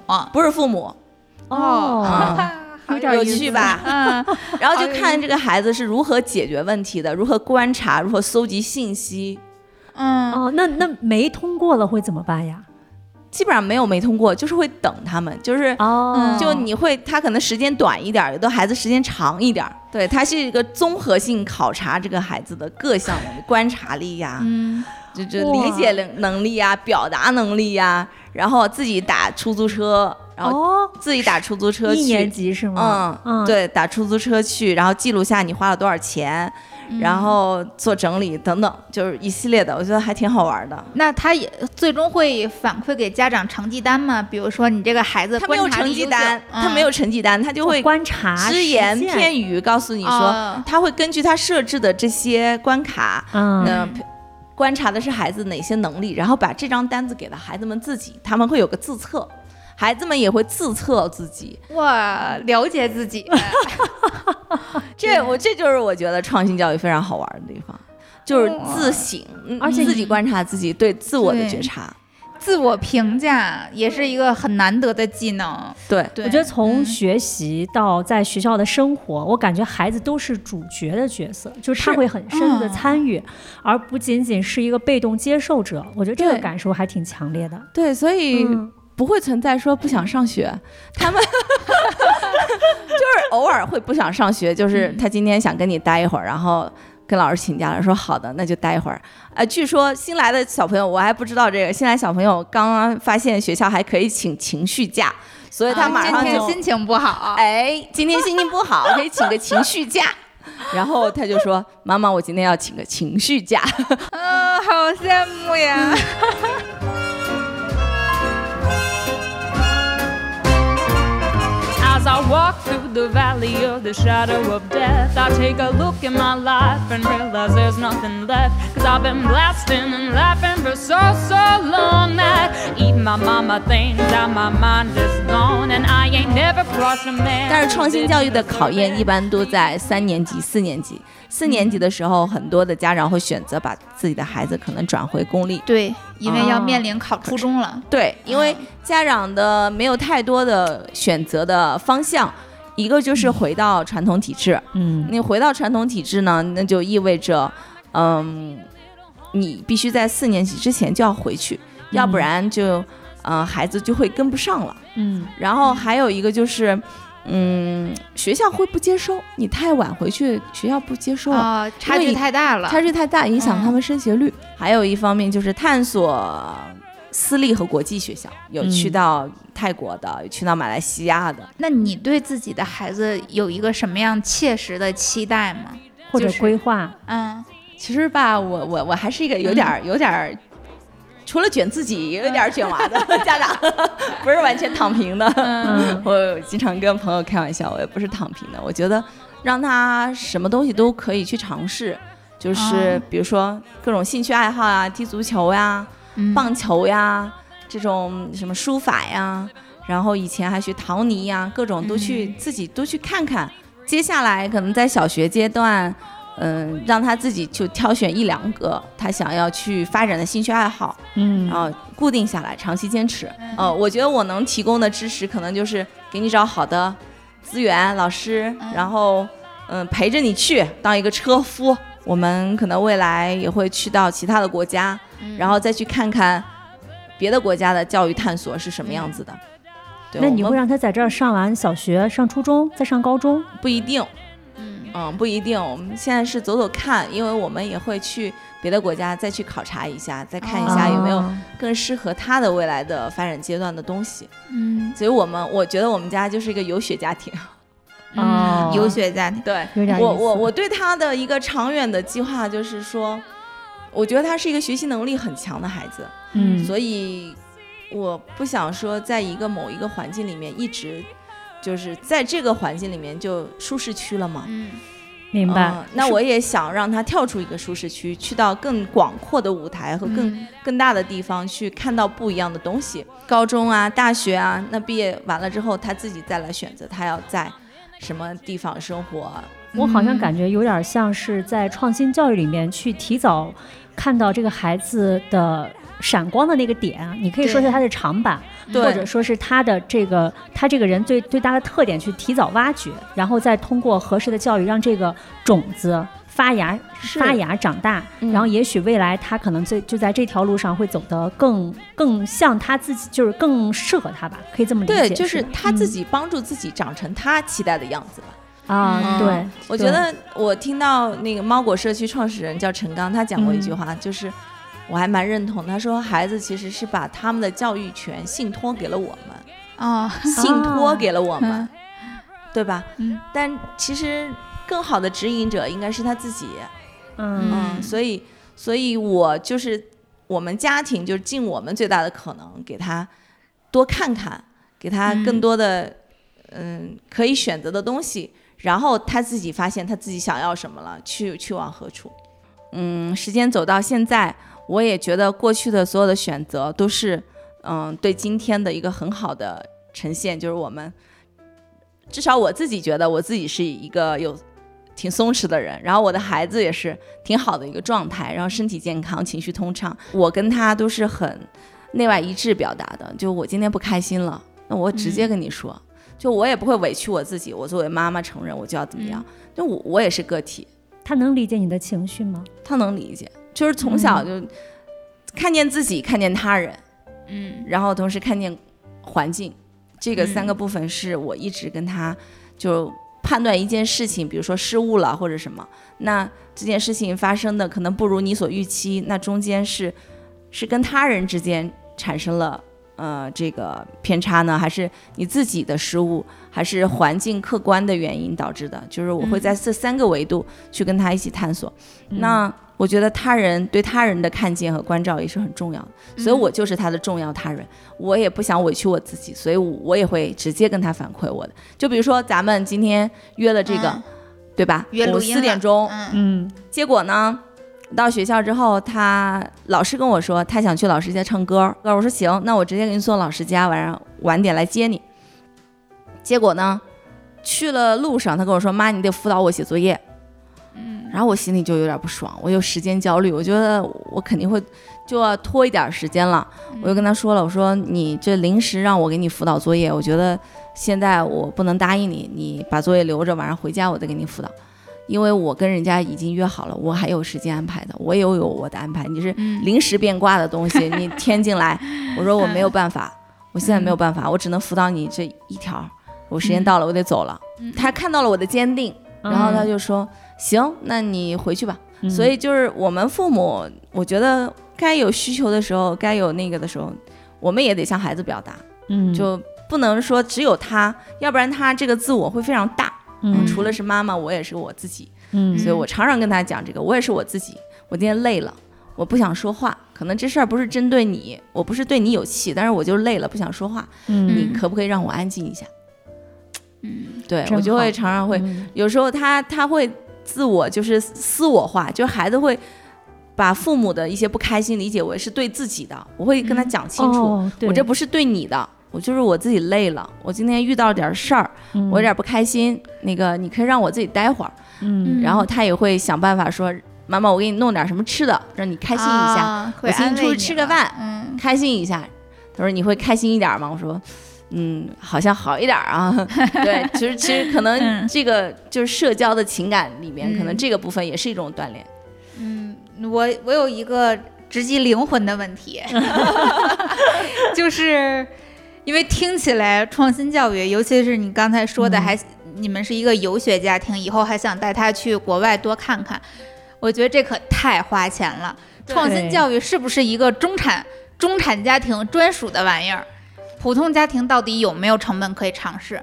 有趣吧？然后就看这个孩子是如何解决问题的，如何观察，如何搜集信息。 那没通过了会怎么办呀？ 基本上没通过，就是会等他们，就是就你会，他可能时间短一点，有的孩子时间长一点。对，它是一个综合性考察这个孩子的各项观察力呀，就理解能力呀，表达能力呀，然后自己打出租车，然后自己打出租车去，1 年级是吗？ 对，打出租车去，然后记录下你花了多少钱。然后做整理等等，就是一系列的，我觉得还挺好玩的。 那他也最终会反馈给家长成绩单吗？比如说你这个孩子观察力优秀， 他没有成绩单，他就会观察只言片语告诉你说，他会根据他设置的这些关卡，观察的是孩子哪些能力，然后把这张单子给了孩子们自己，他们会有个自测。孩子们也会自测自己， 哇，了解自己。 这就是我觉得创新教育非常好玩的地方，就是自省，而且自己观察自己，对自我的觉察。 自我评价也是一个很难得的技能。 对， 我觉得从学习到在学校的生活，我感觉孩子都是主角的角色，就是他会很深入的参与，而不仅仅是一个被动接受者。我觉得这个感受还挺强烈的。 对，所以不会存在说不想上学，他们就是偶尔会不想上学，就是他今天想跟你待一会儿，然后跟老师请假了，说好的，那就待一会儿。据说新来的小朋友，我还不知道这个，新来小朋友刚刚发现学校还可以请情绪假，所以他马上就、 今天心情不好， 今天心情不好，可以请个情绪假。然后他就说：“妈妈，我今天要请个情绪假。” 好羡慕呀。 As I walk through the valley of the shadow of death, I take a look at my life and realize there's nothing left. Cause I've been blasting and laughing for so long that even my mama thinks that my mind is gone and I ain't never crossed a man. 但是创新教育的考验一般都在3年级、4年级。4年级的时候，很多的家长会选择把自己的孩子可能转回公立。 对，因为要面临考初中了。 对，因为家长的没有太多的选择的方向，一个就是回到传统体制。你回到传统体制呢，那就意味着， 你必须在4年级之前就要回去，要不然就孩子就会跟不上了。然后还有一个就是学校会不接收你太晚回去，学校不接收了， 差距太大了， 差距太大，影响他们升学率。还有一方面就是探索私立和国际学校，有去到泰国的，有去到马来西亚的。 那你对自己的孩子有一个什么样切实的期待吗？ 或者规划？ 其实吧，我还是一个有点除了卷自己有点卷娃的家长，不是完全躺平的。我经常跟朋友开玩笑，我也不是躺平的。我觉得让他什么东西都可以去尝试，就是比如说各种兴趣爱好啊，踢足球呀、棒球呀，这种什么书法呀，然后以前还学陶泥呀，各种都去自己都去看看。接下来可能在小学阶段，让他自己就挑选1、2个他想要去发展的兴趣爱好，然后固定下来，长期坚持。我觉得我能提供的知识可能就是给你找好的资源、老师，然后陪着你去当一个车夫。我们可能未来也会去到其他的国家，然后再去看看别的国家的教育探索是什么样子的。 那你会让他在这儿上完小学、上初中，再上高中？ 不一定。不一定，我们现在是走走看，因为我们也会去别的国家再去考察一下，再看一下有没有更适合他的未来的发展阶段的东西。所以我觉得我们家就是一个游学家庭。 游学家庭。 对，我对他的一个长远的计划就是说，我觉得他是一个学习能力很强的孩子。所以我不想说在某一个环境里面一直就是在这个环境里面就舒适区了嘛。 明白。 那我也想让他跳出一个舒适区，去到更广阔的舞台和更大的地方去看到不一样的东西。高中啊、大学啊，那毕业完了之后他自己再来选择他要在什么地方生活。 我好像感觉有点像是在创新教育里面去提早看到这个孩子的闪光的那个点，你可以说是他的长板，或者说是他这个人最大的特点去提早挖掘，然后再通过合适的教育让这个种子发芽长大，然后也许未来他可能就在这条路上会走得更像他自己，就是更适合他吧，可以这么理解。 对，就是他自己帮助自己长成他期待的样子吧。 对， 我觉得我听到那个猫果社区创始人叫陈刚，他讲过一句话，就是我还蛮认同。他说孩子其实是把他们的教育权信托给了我们，信托给了我们，对吧？但其实更好的指引者应该是他自己。所以我就是我们家庭就是尽我们最大的可能给他多看看，给他更多的可以选择的东西，然后他自己发现他自己想要什么了，去往何处。时间走到现在，我也觉得过去的所有的选择都是对今天的一个很好的呈现，就是我们至少我自己觉得我自己是一个有挺松弛的人，然后我的孩子也是挺好的一个状态，然后身体健康，情绪通畅。我跟他都是很内外一致表达的，就我今天不开心了，那我直接跟你说，就我也不会委屈我自己，我作为妈妈承认我就要怎么样，就我也是个体。 他能理解你的情绪吗？ 他能理解，就是从小就看见自己，看见他人，然后同时看见环境，这个3个部分是我一直跟他就判断一件事情，比如说失误了或者什么，那这件事情发生的可能不如你所预期，那中间是跟他人之间产生了这个偏差呢，还是你自己的失误，还是环境客观的原因导致的？就是我会在这3个维度去跟他一起探索。那我觉得对他人的看见和关照也是很重要的，所以我就是他的重要他人。我也不想委屈我自己，所以我也会直接跟他反馈我的。就比如说咱们今天约了这个，对吧？ 约录音了 4点钟，结果呢？到学校之后，老师跟我说他想去老师家唱歌，我说行，那我直接给你送老师家，晚点来接你。结果呢，去了路上，他跟我说妈，你得辅导我写作业。然后我心里就有点不爽，我有时间焦虑，我觉得我肯定会就要拖一点时间了。我就跟他说了，我说你这临时让我给你辅导作业，我觉得现在我不能答应你，你把作业留着，晚上回家我再给你辅导。 因为我跟人家已经约好了，我还有时间安排的，我也有我的安排，你是临时变卦的东西，你添进来，我说我没有办法，我现在没有办法，我只能辅导你这一条，我时间到了，我得走了。他看到了我的坚定，然后他就说行，那你回去吧。所以就是我们父母，我觉得该有需求的时候，该有那个的时候，我们也得向孩子表达，就不能说只有他，要不然他这个自我会非常大。除了是妈妈，我也是我自己。所以我常常跟他讲这个，我也是我自己。我今天累了，我不想说话，可能这事儿不是针对你，我不是对你有气，但是我就累了，不想说话。你可不可以让我安静一下？对，我就会常常会，有时候他会自我就是私我化，就是孩子会把父母的一些不开心理解为是对自己的，我会跟他讲清楚，我这不是对你的。我就是我自己累了，我今天遇到点事儿，我有点不开心，那个你可以让我自己待会儿，然后他也会想办法说，妈妈我给你弄点什么吃的，让你开心一下，我请你出去吃个饭，开心一下。他说你会开心一点吗？我说好像好一点啊。对，其实可能这个就是社交的情感里面，可能这个部分也是一种锻炼。 我有一个直击灵魂的问题，就是因为听起来创新教育，尤其是你刚才说的，你们是一个游学家庭，以后还想带他去国外多看看，我觉得这可太花钱了。创新教育是不是一个中产家庭专属的玩意儿？普通家庭到底有没有成本可以尝试？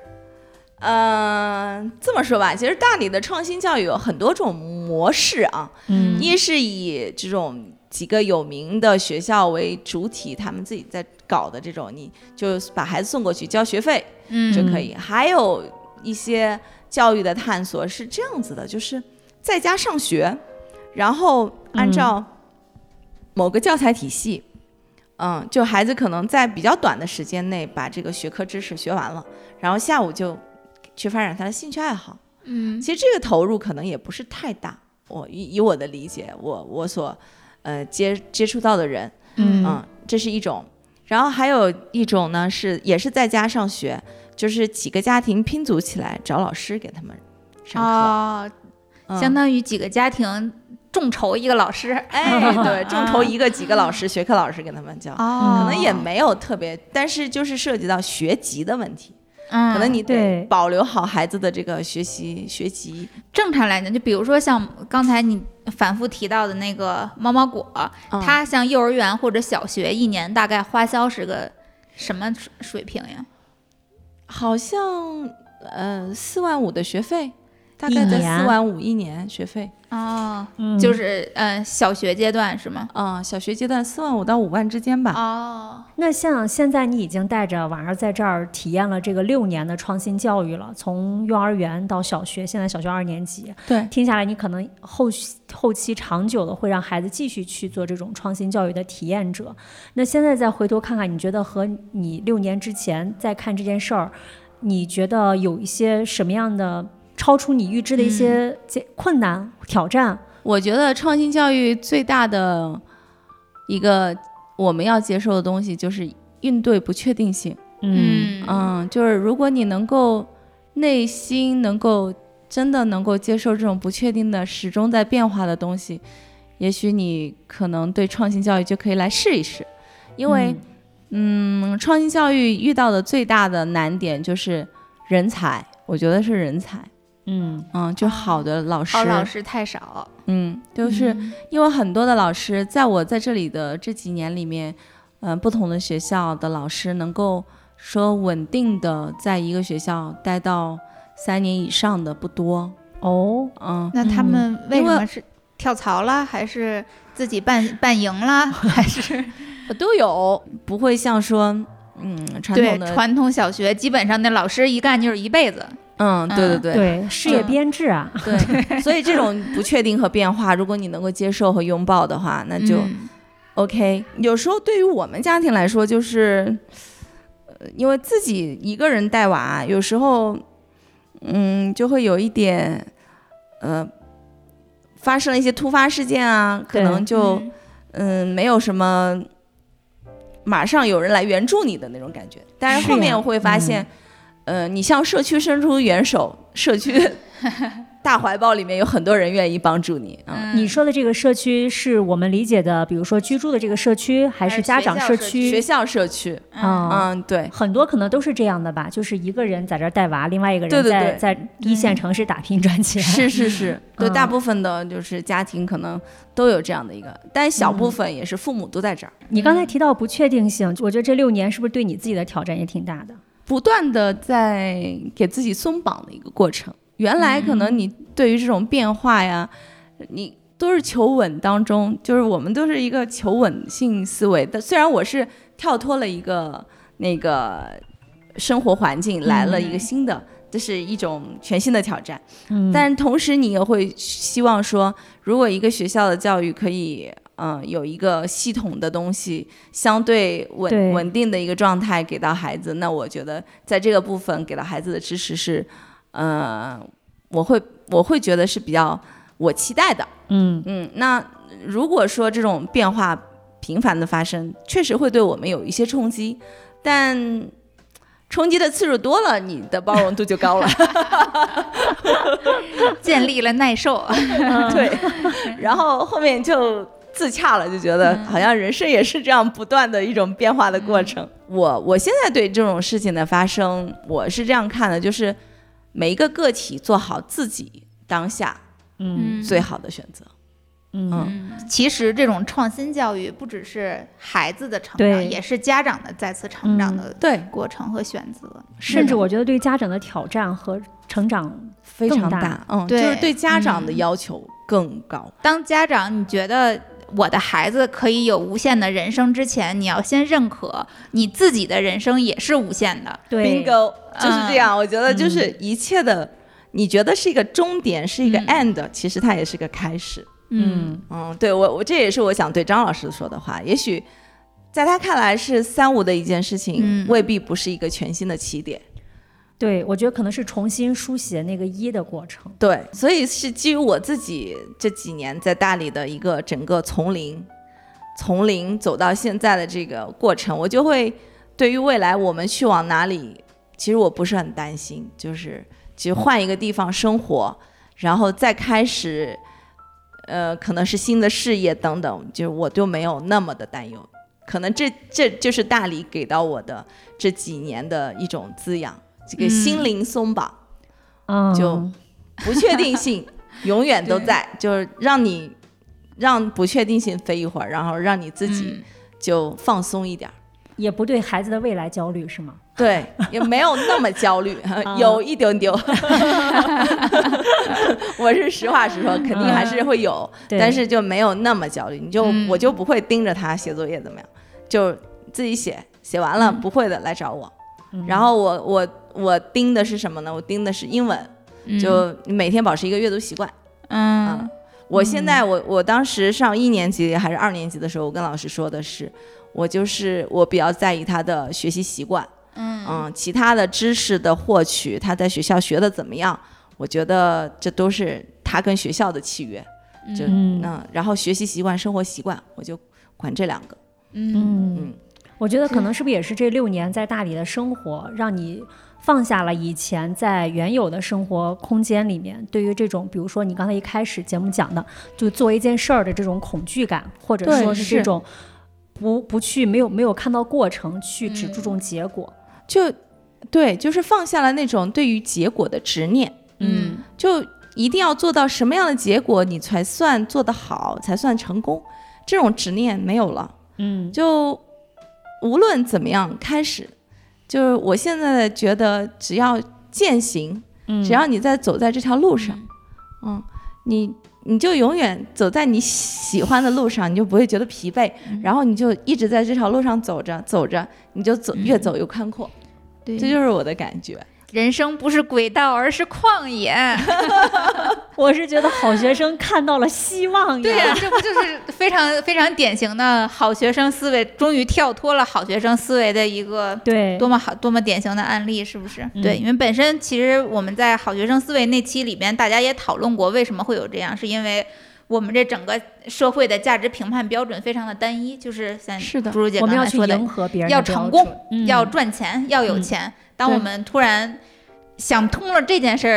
这么说吧，其实大理的创新教育有很多种模式啊。一是以这种几个有名的学校为主体，他们自己在搞的这种，你就把孩子送过去交学费就可以。还有一些教育的探索是这样子的，就是在家上学，然后按照某个教材体系，就孩子可能在比较短的时间内把这个学科知识学完了，然后下午就去发展他的兴趣爱好。其实这个投入可能也不是太大，我以我的理解，我所接触到的人，这是一种。然后还有一种呢，也是在家上学，就是几个家庭拼组起来找老师给他们上课， 相当于几个家庭众筹一个老师， 对，众筹几个老师，学科老师给他们教，可能也没有特别，但是就是涉及到学籍的问题。可能你得保留好孩子的这个学籍。 正常来讲，就比如说像刚才你反复提到的那个猫猫果，它像幼儿园或者小学一年大概花销是个什么水平呀？ 好像4万5的学费，大概在4万5一年学费。 就是小学阶段是吗？ 小学阶段4万5到5万之间吧。 那像现在你已经带着婉儿在这儿体验了这个6年的创新教育了，从幼儿园到小学，现在小学2年级。 对， 听下来你可能后期长久的会让孩子继续去做这种创新教育的体验者。那现在再回头看看，你觉得和你6年之前再看这件事儿，你觉得有一些什么样的超出你预知的一些困难挑战？ 我觉得创新教育最大的一个我们要接受的东西就是应对不确定性。就是如果你能够内心真的能够接受这种不确定的始终在变化的东西，也许你可能对创新教育就可以来试一试。因为创新教育遇到的最大的难点就是人才，我觉得是人才。就好的老师， 好老师太少。 就是因为很多的老师，在我在这里的这几年里面，不同的学校的老师能够说稳定的在一个学校待到3年以上的不多。 那他们为什么是跳槽了，还是自己办营了，还是都有？不会像说传统小学基本上那老师一干就是一辈子。 对，事业编制啊。 对，所以这种不确定和变化，如果你能够接受和拥抱的话，那就 OK。有时候对于我们家庭来说，就是因为自己一个人带娃，有时候就会有一点发生了一些突发事件啊，可能就没有什么马上有人来援助你的那种感觉。但是后面我会发现你向社区伸出援手，社区大怀抱里面有很多人愿意帮助你。 你说的这个社区是我们理解的，比如说居住的这个社区，还是家长社区？ 学校社区。对， 很多可能都是这样的吧，就是一个人在这儿带娃，另外一个人在一线城市打拼赚钱。 是，对，大部分的就是家庭可能都有这样的一个，但小部分也是父母都在这儿。 你刚才提到不确定性，我觉得这6年是不是对你自己的挑战也挺大的？ 不断的在给自己松绑的一个过程。原来可能你对于这种变化呀，你都是求稳当中，就是我们都是一个求稳性思维的。虽然我是跳脱了一个那个生活环境，来了一个新的，这是一种全新的挑战。但同时你也会希望说，如果一个学校的教育可以有一个系统的东西，相对稳定的一个状态给到孩子，那我觉得在这个部分给到孩子的支持是我会觉得是比较我期待的。那如果说这种变化频繁的发生，确实会对我们有一些冲击，但冲击的次数多了，你的包容度就高了。 建立了耐受。 对，然后后面就自洽了，就觉得好像人生也是这样不断的一种变化的过程。我现在对这种事情的发生，我是这样看的，就是每一个个体做好自己当下最好的选择。 其实这种创新教育不只是孩子的成长，也是家长的再次成长的过程和选择。 甚至我觉得对家长的挑战和成长非常大。就是对家长的要求更高。 当家长你觉得我的孩子可以有无限的人生之前，你要先认可你自己的人生也是无限的。 对 bingo 就是这样。我觉得就是一切的你觉得是一个终点，是一个 end，其实它也是个开始。对，我这也是我想对张老师说的话。也许在他看来是3-5的一件事情，未必不是一个全新的起点。 对，我觉得可能是重新书写那个1的过程。 对，所以是基于我自己这几年在大理的一个整个从零走到现在的这个过程，我就会对于未来我们去往哪里，其实我不是很担心，就是换一个地方生活，然后再开始可能是新的事业等等，就我就没有那么的担忧。可能这就是大理给到我的这几年的一种滋养，这个心灵松绑。就不确定性永远都在，就是让不确定性飞一会儿，然后让你自己就放松一点。 也不对孩子的未来焦虑是吗？ 对，也没有那么焦虑，有一丢丢。我是实话实说，肯定还是会有，但是就没有那么焦虑。我就不会盯着他写作业怎么样，就自己写完了，不会的来找我。然后我盯的是什么呢？我盯的是英文，就每天保持一个阅读习惯。我现在我当时上1年级还是2年级的时候，我跟老师说的是，我比较在意他的学习习惯。其他的知识的获取，他在学校学的怎么样，我觉得这都是他跟学校的契约。然后学习习惯、生活习惯，我就管这2个。 我觉得可能是不是也是这6年在大理的生活，让你放下了以前在原有的生活空间里面对于这种，比如说你刚才一开始节目讲的，就做一件事儿的这种恐惧感，或者说是这种不去没有看到过程，去只注重结果。 就是放下了那种对于结果的执念。就一定要做到什么样的结果你才算做得好，才算成功，这种执念没有了。就无论怎么样开始，就是我现在觉得只要践行，只要你走在这条路上，你就永远走在你喜欢的路上，你就不会觉得疲惫，然后你就一直在这条路上走着，你就越走越宽阔。这就是我的感觉。 人生不是轨道，而是旷野。 我是觉得好学生看到了希望呀。 对呀，这不就是非常非常典型的好学生思维，终于跳脱了好学生思维的一个多么好多么典型的案例，是不是？对，因为本身其实我们在好学生思维那期里边，大家也讨论过为什么会有这样，是因为我们这整个社会的价值评判标准非常的单一，就是像朱如姐刚才说的，要成功，要赚钱，要有钱。当我们突然想通了这件事儿，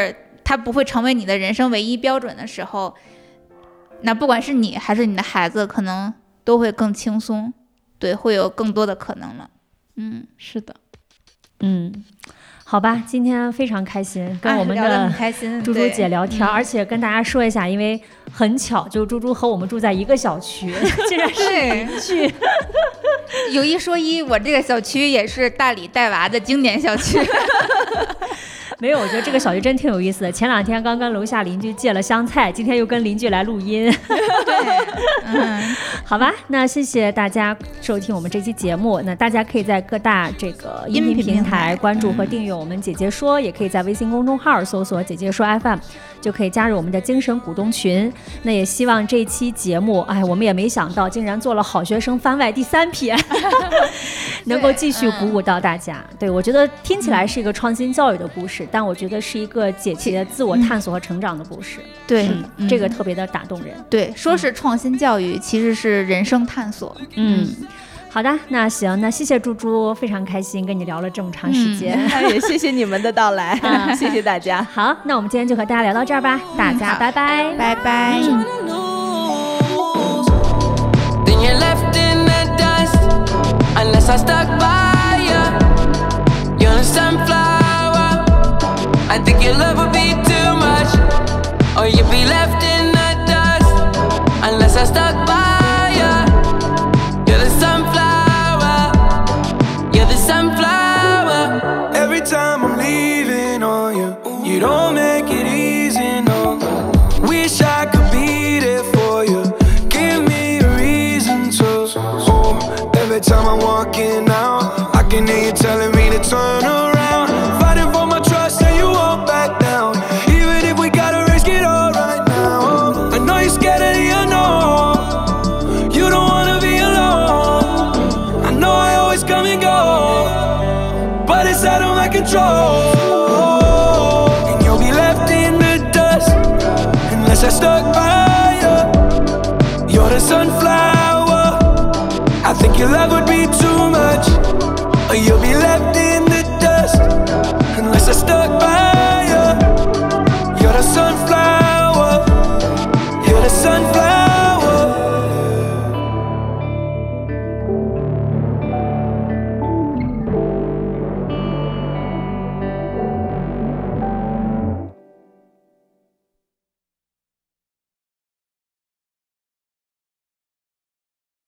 它不会成为你的人生唯一标准的时候，那不管是你还是你的孩子，可能都会更轻松，对，会有更多的可能了。 是的， 好吧，今天非常开心，跟我们的猪猪姐聊天，而且跟大家说一下，因为很巧，就猪猪和我们住在一个小区，竟然是邻居。 有一说一，我这个小区也是大理带娃的经典小区。 没有，我觉得这个小区真挺有意思的。前2天刚跟楼下邻居借了香菜，今天又跟邻居来录音。 对， 好吧，那谢谢大家收听我们这期节目。那大家可以在各大这个音频平台关注和订阅我们姐姐说，也可以在微信公众号搜索姐姐说 FM， 就可以加入我们的精神股东群。那也希望这期节目，我们也没想到竟然做了好学生番外第3篇，能够继续鼓舞到大家。对，我觉得听起来是一个创新教育的故事，但我觉得是一个姐姐自我探索和成长的故事。 对， 这个特别的打动人。 对，说是创新教育，其实是人生探索。 好的，那行，那谢谢猪猪，非常开心跟你聊了这么长时间， 也谢谢你们的到来，谢谢大家。 好，那我们今天就和大家聊到这儿吧，大家拜拜， 拜拜。 Then you're left in the dust unless I stuck by you. You're a sunflower. I think your love would be too much, or you'd be left in the dust unless I stuck by you. You're the sunflower. You're the sunflower. Every time I'm leaving on you, you don't make it easy, no. Wish I could be there for you. Give me a reason to. Oh, every time I'm walking out, I can hear you telling me to turn around. Fighting for my trust and you won't back down. Even if we gotta risk it all right now. I know you're scared of the unknown. You don't wanna be alone. I know I always come and go, but it's out of my control.